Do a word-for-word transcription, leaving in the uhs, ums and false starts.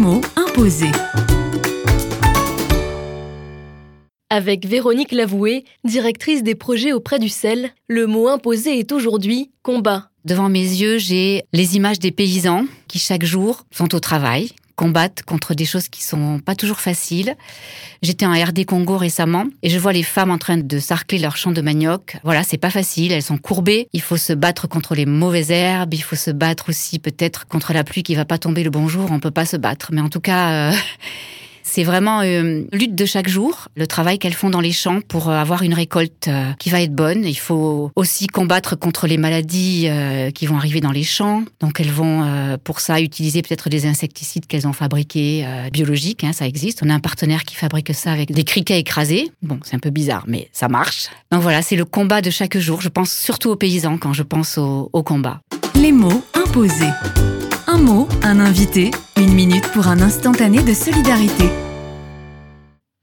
mots imposés. Avec Véronique Lavoué, directrice des projets auprès du C E L, le mot imposé est aujourd'hui « combat ». Devant mes yeux, j'ai les images des paysans qui, chaque jour, sont au travail, combattent contre des choses qui sont pas toujours faciles. J'étais en R D Congo récemment et je vois les femmes en train de sarcler leurs champs de manioc. Voilà, c'est pas facile, elles sont courbées. Il faut se battre contre les mauvaises herbes, il faut se battre aussi peut-être contre la pluie qui va pas tomber le bon jour, on peut pas se battre. Mais en tout cas... Euh... C'est vraiment une lutte de chaque jour, le travail qu'elles font dans les champs pour avoir une récolte qui va être bonne. Il faut aussi combattre contre les maladies qui vont arriver dans les champs. Donc elles vont pour ça utiliser peut-être des insecticides qu'elles ont fabriqués biologiques, hein, ça existe. On a un partenaire qui fabrique ça avec des criquets écrasés. Bon, c'est un peu bizarre, mais ça marche. Donc voilà, c'est le combat de chaque jour. Je pense surtout aux paysans quand je pense au, au combat. Les mots imposés. Un mot, un invité, une minute pour un instantané de solidarité.